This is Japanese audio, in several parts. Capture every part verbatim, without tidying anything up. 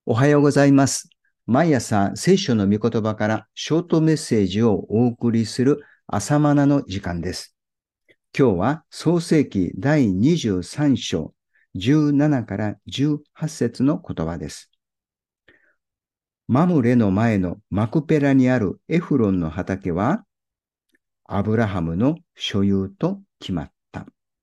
おはようございます。毎朝聖書の御言葉からショートメッセージをお送りする朝マナの時間です。今日は創世記第にじゅうさん章じゅうななからじゅうはち節の言葉です。マムレの前のマクペラにあるエフロンの畑はアブラハムの所有と決まった。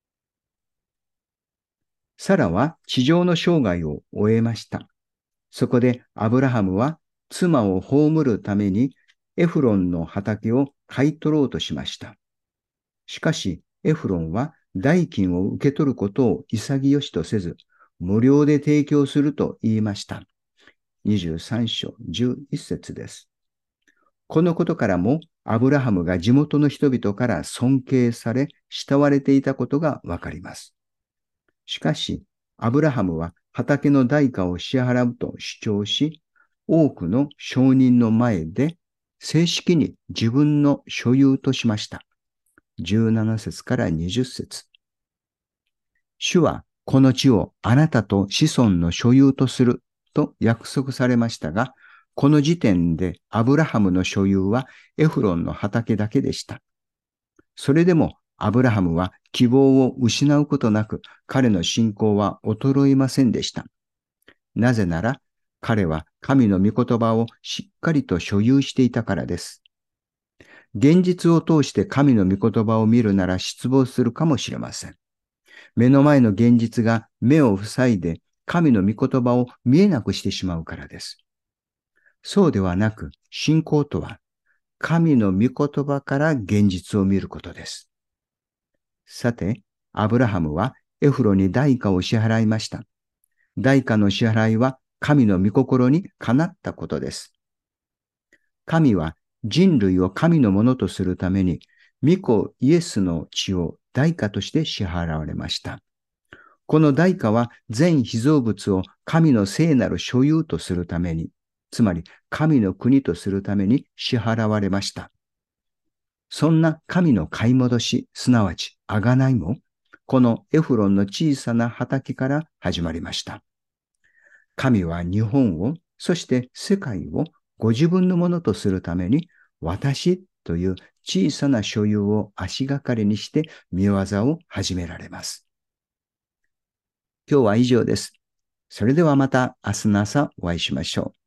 サラは地上の生涯を終えました。そこでアブラハムは妻を葬るためにエフロンの畑を買い取ろうとしました。しかしエフロンは代金を受け取ることを潔しとせず、無料で提供すると言いました。にじゅうさん章じゅういち節です。このことからもアブラハムが地元の人々から尊敬され慕われていたことがわかります。しかしアブラハムは畑の代価を支払うと主張し、多くの証人の前で正式に自分の所有としました。じゅうなな節からにじゅう節。主はこの地をあなたと子孫の所有とすると約束されましたが、この時点でアブラハムの所有はエフロンの畑だけでした。それでもアブラハムは希望を失うことなく、彼の信仰は衰えませんでした。なぜなら、彼は神の御言葉をしっかりと所有していたからです。現実を通して神の御言葉を見るなら失望するかもしれません。目の前の現実が目を塞いで神の御言葉を見えなくしてしまうからです。そうではなく、信仰とは神の御言葉から現実を見ることです。さて、アブラハムはエフロに代価を支払いました。代価の支払いは神の御心にかなったことです。神は人類を神のものとするために、御子イエスの血を代価として支払われました。この代価は全被造物を神の聖なる所有とするために、つまり神の国とするために支払われました。そんな神の買い戻し、すなわち贖いも、このエフロンの小さな畑から始まりました。神は日本を、そして世界をご自分のものとするために、私という小さな所有を足がかりにして見業を始められます。今日は以上です。それではまた明日の朝お会いしましょう。